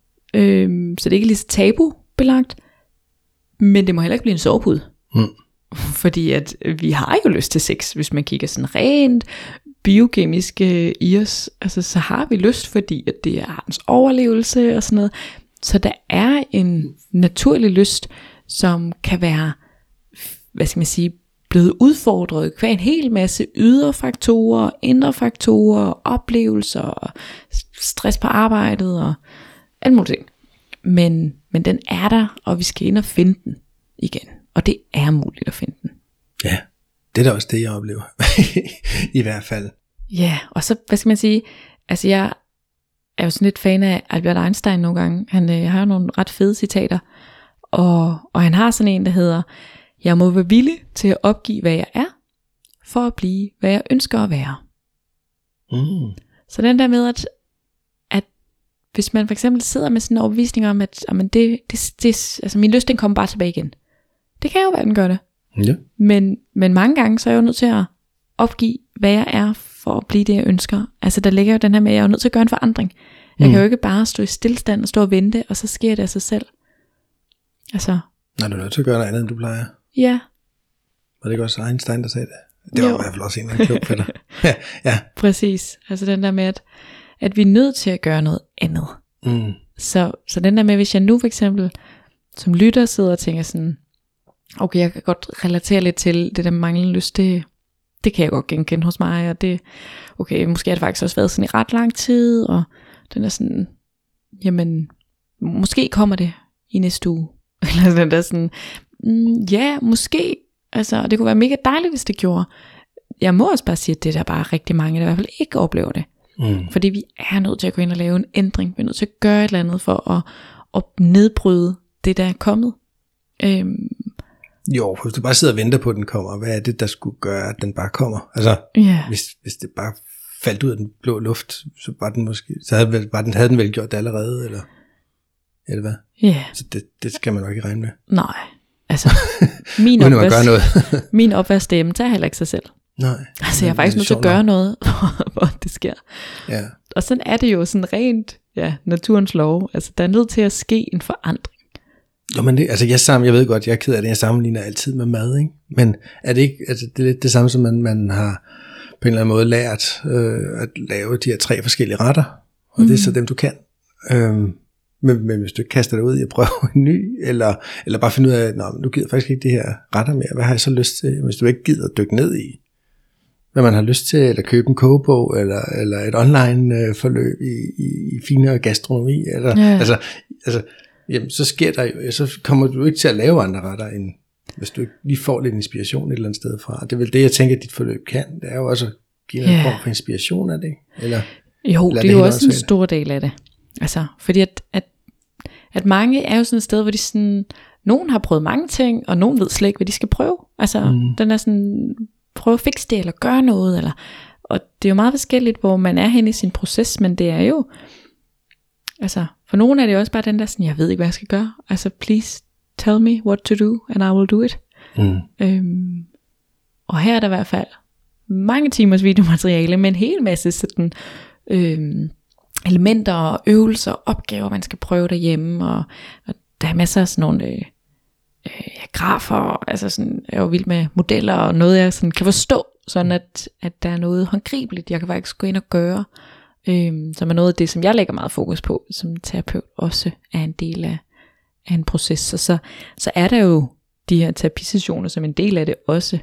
så det er ikke lige så tabubelagt, men det må heller ikke blive en sovepude. Fordi at vi har jo lyst til sex, hvis man kigger sådan rent biokemisk i os, altså så har vi lyst, fordi at det er ens overlevelse og sådan noget, så der er en naturlig lyst, som kan være, hvad skal man sige, blevet udfordret kvad en hel masse ydre faktorer, indre faktorer, oplevelser, stress på arbejdet og alle mulige ting. Men den er der, og vi skal ind og finde den igen. Og det er muligt at finde den. Ja, det er da også det, jeg oplever. I hvert fald. Ja, og så, hvad skal man sige, altså jeg er jo sådan lidt fan af Albert Einstein nogle gange. Han har jo nogle ret fede citater. Og han har sådan en, der hedder, jeg må være villig til at opgive, hvad jeg er, for at blive, hvad jeg ønsker at være. Så den der med, at hvis man for eksempel sidder med sådan en overbevisning om, at altså min lyst, den kommer bare tilbage igen. Det kan jo være, den gør det. Ja. Men mange gange, så er jeg jo nødt til at opgive, hvad jeg er, for at blive det, jeg ønsker. Altså der ligger jo den her med, at jeg er nødt til at gøre en forandring. Jeg kan jo ikke bare stå i stillestand og stå og vente, og så sker det af sig selv. Altså. Nej, du er nødt til at gøre noget andet, end du plejer. Ja. Var det ikke også Einstein, der sagde det? Det var i hvert fald også en af de kloge fætter. Ja. Præcis. Altså den der med, at vi er nødt til at gøre noget andet. Så den der med, hvis jeg nu for eksempel som lytter sidder og tænker sådan, okay, jeg kan godt relatere lidt til det der manglende lyst, det kan jeg godt genkende hos mig, og det, okay, måske har det faktisk også været sådan i ret lang tid, og den er sådan, jamen, måske kommer det i næste uge, eller den der sådan, ja, måske, altså, det kunne være mega dejligt, hvis det gjorde. Jeg må også bare sige, at det er der bare rigtig mange, der i hvert fald ikke oplever det. Fordi vi er nødt til at gå ind og lave en ændring, vi er nødt til at gøre et eller andet, for at nedbryde det, der er kommet. Jo, hvis du bare sidder og venter på, at den kommer, hvad er det, der skulle gøre, at den bare kommer? Altså, hvis det bare faldt ud af den blå luft, så var den måske, havde den vel gjort det allerede, eller hvad? Ja. Så det skal man nok ikke regne med. Nej, altså, min opvaskstemme tager heller ikke sig selv. Nej. Altså, jeg er faktisk nødt til at gøre noget, hvor det sker. Ja. Og sådan er det jo sådan rent, naturens lov. Altså, der er nødt til at ske en forandring. Jo, men jeg ved godt, jeg er ked af det, jeg sammenligner altid med mad, ikke? Men er det ikke, altså det er lidt det samme, som man har på en eller anden måde lært at lave de her 3 forskellige retter, og det er så dem, du kan. Men hvis du ikke kaster dig ud i at prøve en ny, eller bare finde ud af, nu gider jeg faktisk ikke det her retter mere, hvad har jeg så lyst til? Hvis du ikke gider at dykke ned i, hvad man har lyst til, eller købe en kogebog, eller et online forløb i finere gastronomi, eller, altså, jamen, så sker der jo, så kommer du ikke til at lave andre retter, end hvis du ikke lige får lidt inspiration et eller andet sted fra. Det er vel det, jeg tænker, at dit forløb kan. Det er jo også at give en form for inspiration af det. Eller det er jo også en stor del af det. Altså, fordi at mange er jo sådan et sted, hvor de sådan, nogen har prøvet mange ting, og nogen ved slet ikke, hvad de skal prøve. Altså, den er sådan, prøve at fikse det, eller gøre noget, eller, og det er jo meget forskelligt, hvor man er henne i sin proces, men det er jo, altså, for nogen er det jo også bare den der sådan, jeg ved ikke, hvad jeg skal gøre. Altså, please tell me what to do, and I will do it. Og her er der i hvert fald mange timers videomateriale, med en hel masse sådan, elementer og øvelser og opgaver, man skal prøve derhjemme, og der er masser af sådan nogle grafer, altså sådan, jeg er jo vild med modeller, og noget jeg sådan kan forstå, sådan at der er noget håndgribeligt, jeg kan faktisk gå ind og gøre, som er noget af det, som jeg lægger meget fokus på, som terapeut også er en del af en proces, og så er der jo de her terapisessioner som en del af det også,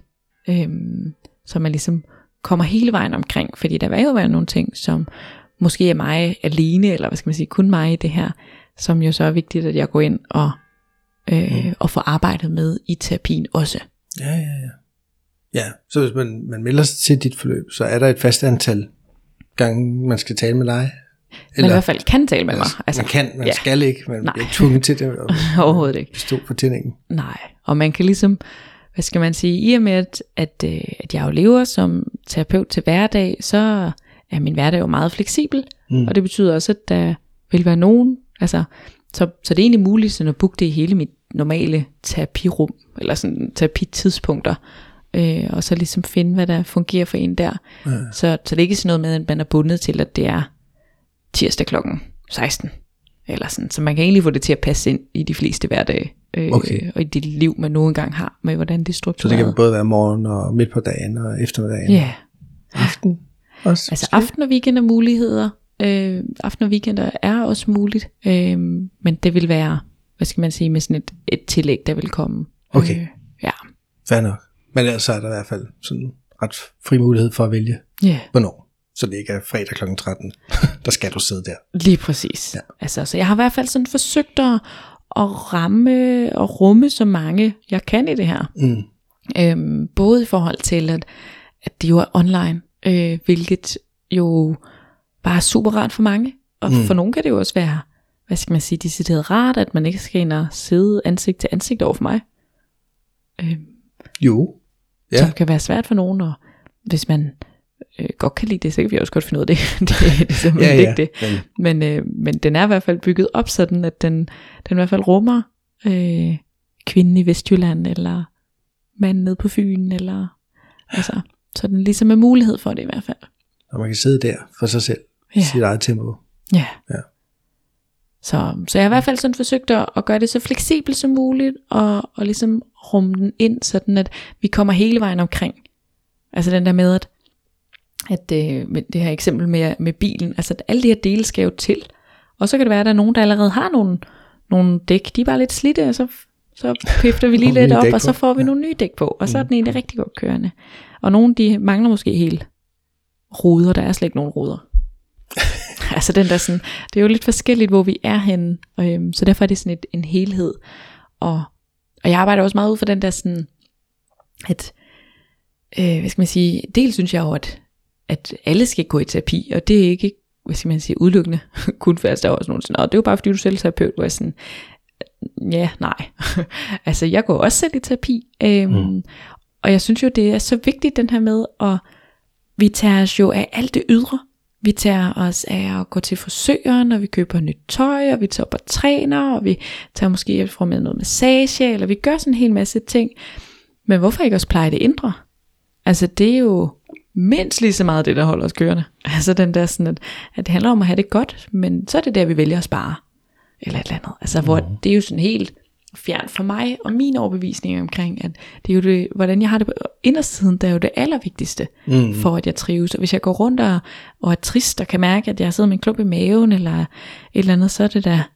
så man ligesom kommer hele vejen omkring, fordi der vil jo være nogle ting, som måske er mig alene, eller hvad skal man sige, kun mig i det her, som jo så er vigtigt, at jeg går ind og får arbejdet med i terapien også. Ja, så hvis man melder sig til dit forløb, så er der et fast antal gange, man skal tale med dig? Eller, man i hvert fald kan tale med mig. Altså, man skal ikke, man bliver tvunget til det. Overhovedet ikke. Stå for tændingen. Nej, og man kan ligesom, hvad skal man sige, i og med, at jeg jo lever som terapeut til hverdag, så er min hverdag jo meget fleksibel, og det betyder også, at der vil være nogen, altså, så det er egentlig muligt sådan at booke det i hele mit normale terapirum, eller sådan terapitidspunkter, og så ligesom finde, hvad der fungerer for en der. Så det er ikke sådan noget med, at man er bundet til, at det er tirsdag klokken 16, eller sådan, så man kan egentlig få det til at passe ind i de fleste hverdage, og i det liv, man nu engang har, med hvordan det er struktureret. Så det kan både være morgen og midt på dagen og eftermiddagen? Ja. Aften? Også, altså aften og weekend er muligheder. Aften og weekender er også muligt, men det vil være, hvad skal man sige, med sådan et tillæg, der vil komme. Okay. Fair nok. Men ellers er der i hvert fald sådan ret fri mulighed for at vælge, hvornår. Så det ikke er fredag kl. 13, der skal du sidde der. Lige præcis. Ja. Altså, så jeg har i hvert fald sådan forsøgt at ramme og rumme så mange, jeg kan i det her. Både i forhold til, at det jo er online, hvilket jo bare er super rart for mange. Og for nogen kan det jo også være, hvad skal man sige, decideret rart, at man ikke skal ind og sidde ansigt til ansigt over for mig. Som kan være svært for nogen, og hvis man godt kan lide det, så kan vi også godt finde ud af det. Det er simpelthen ikke det. Men den er i hvert fald bygget op sådan, at den i hvert fald rummer kvinden i Vestjylland, eller manden nede på Fyn, eller altså, så den ligesom er mulighed for det i hvert fald. Og man kan sidde der for sig selv, i sit eget tempo. Ja. Så jeg har i hvert fald sådan forsøgt at gøre det så fleksibelt som muligt, og ligesom rumme den ind, sådan at vi kommer hele vejen omkring. Altså den der med, at med det her eksempel med bilen, altså at alle de her dele skal jo til. Og så kan det være, at der er nogen, der allerede har nogle dæk, de er bare lidt slidte, og så pifter vi lige lidt op, og så får vi nogle nye dæk på, og så er den egentlig rigtig godt kørende. Og nogle, de mangler måske helt ruder, der er slet ikke nogen ruder. Altså den der sådan, det er jo lidt forskelligt, hvor vi er henne, så derfor er det sådan en helhed. Og jeg arbejder også meget ud for den der sådan, at, hvad skal man sige, dels synes jeg jo, at alle skal gå i terapi, og det er ikke, hvad skal man sige, udelukkende, kun for, at der er også nogen sådan, og det er jo bare fordi du selv er terapeut, hvor jeg sådan, ja, nej. Altså jeg går også selv i terapi, og jeg synes jo, det er så vigtigt den her med, og vi tager os jo af alt det ydre. Vi tager os af at gå til frisøren, og vi køber nyt tøj, og vi tager op og træner, og vi tager måske fra med noget massage, eller vi gør sådan en hel masse ting. Men hvorfor ikke også pleje det indre? Altså det er jo mindst lige så meget det, der holder os kørende. Altså den der sådan, at det handler om at have det godt, men så er det der, vi vælger at spare. Eller et eller andet. Altså hvor det er jo sådan helt fjern for mig og min overbevisning omkring, at det er jo det, hvordan jeg har det på indersiden, der er jo det allervigtigste for, at jeg trives. Og hvis jeg går rundt og er trist og kan mærke, at jeg sidder med en klump i maven eller et eller andet, så er det da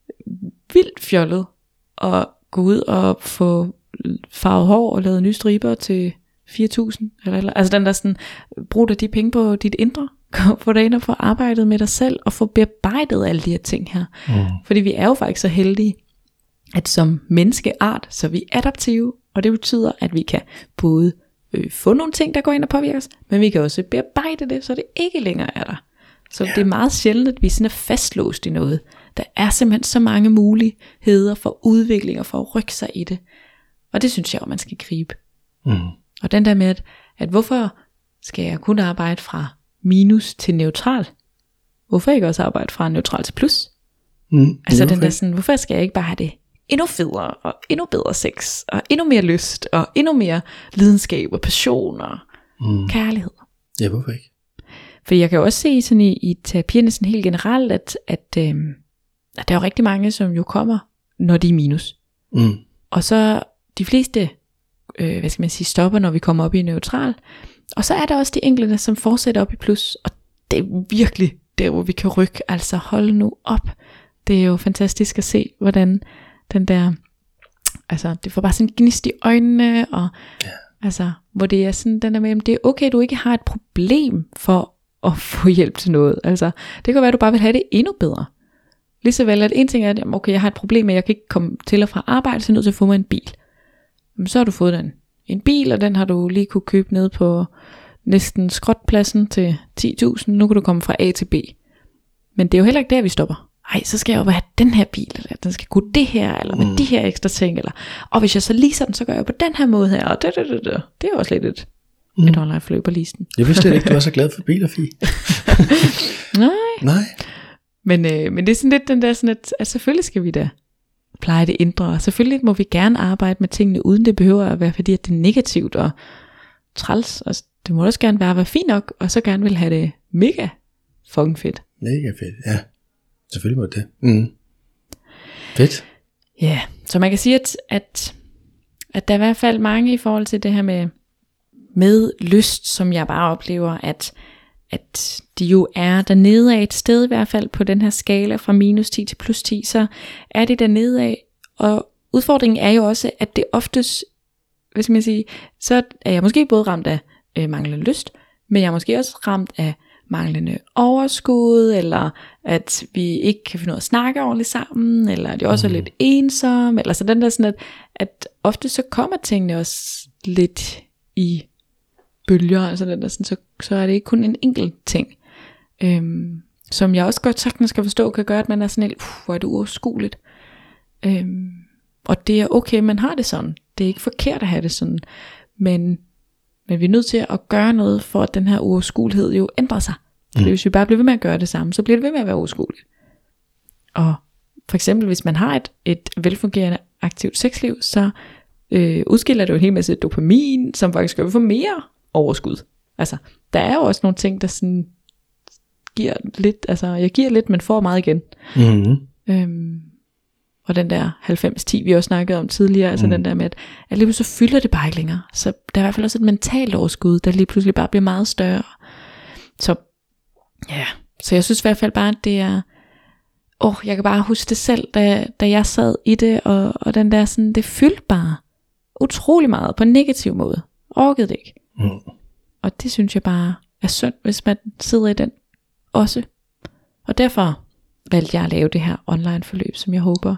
vildt fjollet at gå ud og få farvet hår og lavet nye striber til 4.000 eller. Altså den der sådan, brug de penge på dit indre, få dig ind og få arbejdet med dig selv og få bearbejdet alle de her ting her. Fordi vi er jo faktisk så heldige, at som menneskeart, så er vi adaptive, og det betyder, at vi kan både få nogle ting, der går ind og påvirker os, men vi kan også bearbejde det, så det ikke længere er der. Så det er meget sjældent, at vi sådan er fastlåst i noget. Der er simpelthen så mange muligheder for udvikling og for at rykke sig i det. Og det synes jeg jo, man skal gribe. Og den der med, at hvorfor skal jeg kun arbejde fra minus til neutral? Hvorfor ikke også arbejde fra neutral til plus? Altså den der sådan, hvorfor skal jeg ikke bare have det endnu federe og endnu bedre sex og endnu mere lyst og endnu mere lidenskab og passion og kærlighed? Ja, hvorfor ikke? For jeg kan jo også se sådan i terapierne sådan helt generelt, at der er jo rigtig mange, som jo kommer, når de er minus. Og så de fleste, hvad skal man sige, stopper, når vi kommer op i neutral. Og så er der også de enkelte, som fortsætter op i plus. Og det er virkelig der, hvor vi kan rykke. Altså hold nu op. Det er jo fantastisk at se, hvordan den der, altså det får bare sådan en gnist i øjnene, og altså, hvor det er sådan den der med, det er okay, du ikke har et problem for at få hjælp til noget. Altså, det kan være, at du bare vil have det endnu bedre. Ligeså vel, at en ting er, at okay, jeg har et problem med, at jeg kan ikke komme til og fra arbejde, så jeg er nødt til at få mig en bil. Men så har du fået en bil, og den har du lige kunne købe ned på næsten skrotpladsen til 10.000. Nu kan du komme fra A til B. Men det er jo heller ikke der, vi stopper. Ej, så skal jeg jo have den her bil, eller den skal kunne det her, eller med de her ekstra ting, eller, og hvis jeg så leaser den, så gør jeg på den her måde her, og det er jo også lidt et online forløb at lease den. Jeg vidste slet ikke, du var så glad for biler, Fie. Nej. Men det er sådan lidt den der, sådan at selvfølgelig skal vi da pleje det indre, og selvfølgelig må vi gerne arbejde med tingene, uden det behøver at være, fordi at det er negativt og træls, og det må også gerne være fint nok, og så gerne vil have det mega fucking fedt. Mega fedt, ja. Selvfølgelig må det. Fedt. Ja, så man kan sige, at der er i hvert fald mange i forhold til det her med lyst, som jeg bare oplever, at de jo er dernede af et sted, i hvert fald på den her skala fra minus 10 til plus 10, så er det dernede af, og udfordringen er jo også, at det oftest, hvad skal man sige, så er jeg måske både ramt af manglende lyst, men jeg er måske også ramt af manglende overskud, eller at vi ikke kan finde ud af at snakke ordentligt sammen, eller det også er lidt ensom, eller så den der sådan, at ofte så kommer tingene også lidt i bølger, altså den der sådan, så er det ikke kun en enkelt ting, som jeg også godt sagtens skal forstå, kan gøre, at man er sådan lidt, hvor er det uoverskueligt, og det er okay, man har det sådan, det er ikke forkert at have det sådan, men vi er nødt til at gøre noget, for at den her uoverskuelighed jo ændrer sig. Fordi hvis vi bare bliver ved med at gøre det samme, så bliver det ved med at være uoverskueligt. Og for eksempel, hvis man har et velfungerende aktivt sexliv, så udskiller det jo en hel masse dopamin, som faktisk gør, at vi får mere overskud. Altså, der er jo også nogle ting, der sådan giver lidt, altså jeg giver lidt, men får meget igen. Og den der 90-10, vi også snakkede om tidligere, altså den der med, at lige pludselig så fylder det bare ikke længere. Så der er i hvert fald også et mentalt overskud, der lige pludselig bare bliver meget større. Så ja, så jeg synes i hvert fald bare, at det er, jeg kan bare huske det selv, da jeg sad i det, og den der sådan, det fyldte bare utrolig meget på en negativ måde. Orkede det ikke. Og det synes jeg bare er synd, hvis man sidder i den også. Og derfor valgte jeg at lave det her online forløb, som jeg håber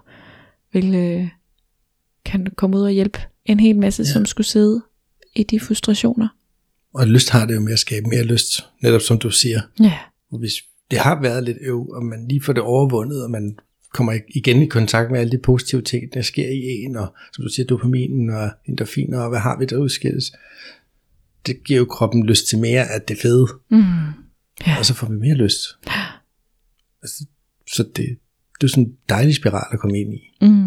kan komme ud og hjælpe en hel masse, som skulle sidde i de frustrationer. Og lyst har det jo med at skabe mere lyst, netop som du siger. Ja. Og hvis det har været lidt og man lige får det overvundet, og man kommer igen i kontakt med alle de positive ting, der sker i en, og som du siger, dopaminen og endorfiner, og hvad har vi der udskilles, det giver jo kroppen lyst til mere af det fede. Ja. Og så får vi mere lyst. Altså, så det er sådan en dejlig spiral at komme ind i.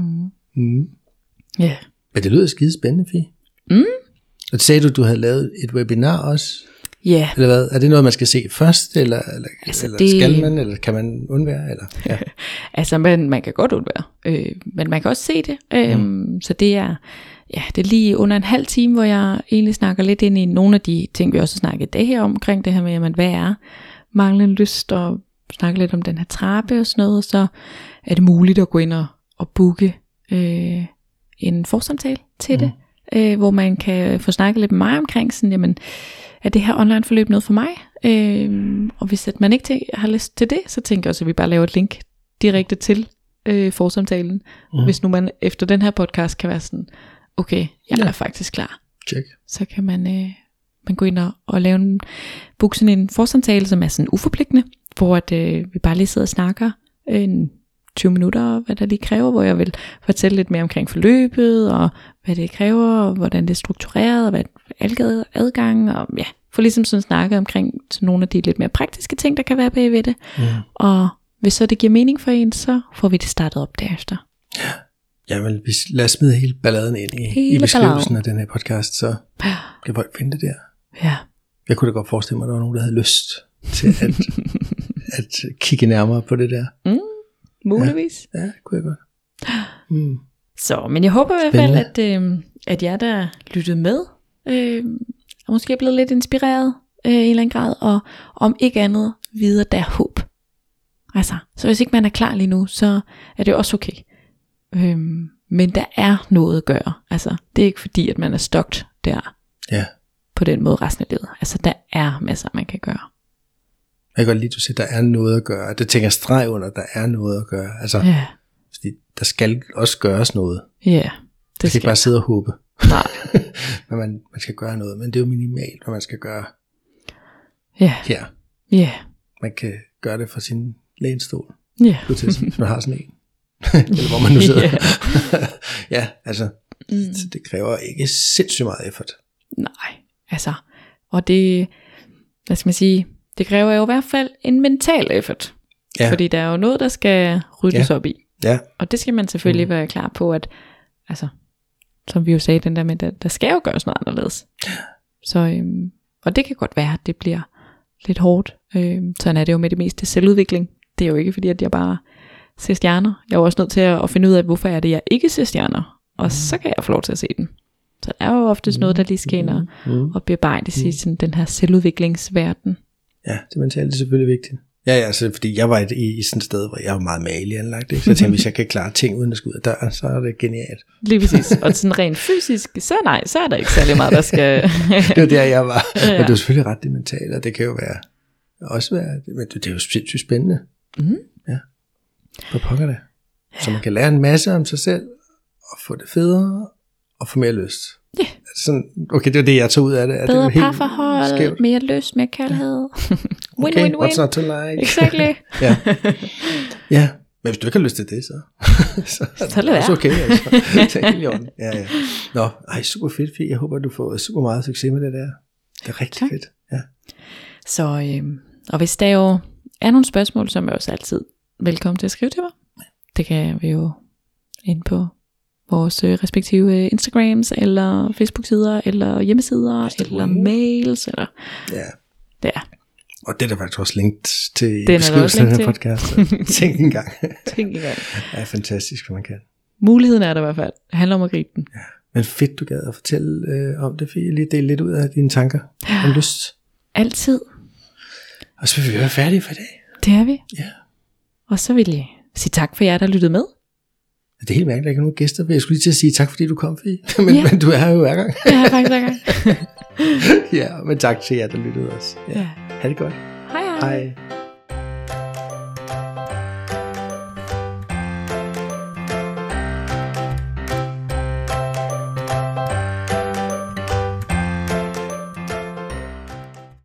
Ja. Men det lyder skide spændende, Fie. Og sagde du havde lavet et webinar også? Ja. Eller hvad? Er det noget, man skal se først, eller det... skal man, eller kan man undvære? Eller? Ja. Altså, man kan godt undvære, men man kan også se det. Så det er lige under en halv time, hvor jeg egentlig snakker lidt ind i nogle af de ting, vi også har snakket i dag her omkring det her med, hvad er manglende lyst, og snakke lidt om den her trappe og sådan noget, og så er det muligt at gå ind og booke en forsamtale til det, hvor man kan få snakket lidt med mig omkring sådan, jamen, er det her online forløb noget for mig? Og hvis at man ikke har lyst til det, så tænker jeg også, at vi bare laver et link direkte til forsamtalen. Hvis nu man efter den her podcast kan være sådan, okay, jeg er faktisk klar. Check. Så kan man gå ind og lave book sådan en forsamtale, som er sådan uforpligtende, hvor at, vi bare lige sidder og snakker 20 minutter, hvad der lige kræver, hvor jeg vil fortælle lidt mere omkring forløbet, og hvad det kræver, og hvordan det er struktureret, og hvad adgang, og ja, for ligesom sådan snakket omkring sådan nogle af de lidt mere praktiske ting, der kan være bagved det. Og hvis så det giver mening for en, så får vi det startet op derefter. Jamen, lad os smide hele balladen ind i beskrivelsen af den her podcast, så kan folk finde det der. Ja. Jeg kunne da godt forestille mig, at der var nogen, der havde lyst til at kigge nærmere på det der. Muligvis. Ja, kunne jeg godt. Så, men jeg håber i hvert fald, at jer, der lyttede med, og måske er blevet lidt inspireret i en eller anden grad, og om ikke andet, videre der er håb. Altså, så hvis ikke man er klar lige nu, så er det også okay. Men der er noget at gøre. Altså, det er ikke fordi, at man er stokt der. Ja. På den måde resten af livet. Altså, der er masser, man kan gøre. Jeg kan godt lide, at du siger, der er noget at gøre. Det tænker jeg streg under, der er noget at gøre. Altså, fordi der skal også gøres noget. Ja. Det skal ikke bare sidde og håbe. Nej. Men man skal gøre noget, men det er jo minimalt, hvad man skal gøre her. Ja. Man kan gøre det fra sin lænestol. Ja. Hvis man har sådan en. Eller hvor man nu sidder. Ja, altså, det kræver ikke sindssygt meget effort. Nej, altså, og det, hvad skal man sige, det kræver jo i hvert fald en mental effort. Ja. Fordi der er jo noget, der skal ryddes op i. Ja. Og det skal man selvfølgelig være klar på, at, altså, som vi jo sagde, den der med, der skal jo gøres noget anderledes. Så, og det kan godt være, at det bliver lidt hårdt. Sådan er det jo med det meste selvudvikling. Det er jo ikke fordi, at jeg bare ser stjerner. Jeg er jo også nødt til at finde ud af, hvorfor er det, jeg ikke ser stjerner. Og så kan jeg få lov til at se den. Så der er jo oftest noget, der lige skal ind og bearbejdes i sådan den her selvudviklingsverden. Ja, det mentale er selvfølgelig vigtigt. Ja, altså, fordi jeg var i sådan et sted, hvor jeg var meget malig anlagt. Ikke? Så jeg tænkte, hvis jeg kan klare ting uden at skulle ud af døren, så er det genialt. Lige præcis. Og sådan rent fysisk, så er der ikke særlig meget, der skal... Det var der, jeg var. Ja. Men det er selvfølgelig ret det mentale, og det kan jo også være, men det er jo sindssygt spændende. Ja. På pokker det. Så man kan lære en masse om sig selv, og få det federe, og få mere lyst. Ja. Sådan, okay, det er det, jeg tog ud af det. Bedre parforhold, skævt? Mere lyst, mere kærlighed. Okay, win, what's not to like? Exactly. Ja, men hvis du ikke har lyst til det, så lad være. Det er okay. Altså. Ja. Nå, super fedt. Jeg håber, du får super meget succes med det der. Det er rigtig fedt. Ja. Så, og hvis der jo er nogle spørgsmål, som er også altid velkommen til at skrive til mig. Det kan vi jo ind på vores respektive Instagrams, eller Facebook-sider, eller hjemmesider, eller mails, eller... Ja. Og det er der faktisk også linket til beskrivelsen af den her podcast. Tænk engang. Ja, fantastisk, hvad man kan. Muligheden er der i hvert fald. Det handler om at gribe den. Ja. Men fedt, du gad at fortælle om det, Fie. Lige dele lidt ud af dine tanker om lyst. Altid. Og så vil vi være færdige for i dag. Det er vi. Ja. Og så vil jeg sige tak for jer, der lyttede med. Det er helt mærkeligt, at der ikke er nogen gæster. Jeg skulle lige til at sige tak, fordi du kom, Fie. Men du er her jo hver gang. Jeg er faktisk hver gang. Ja, men tak til jer, der lyttede også. Ja. Ha' det godt. Hej.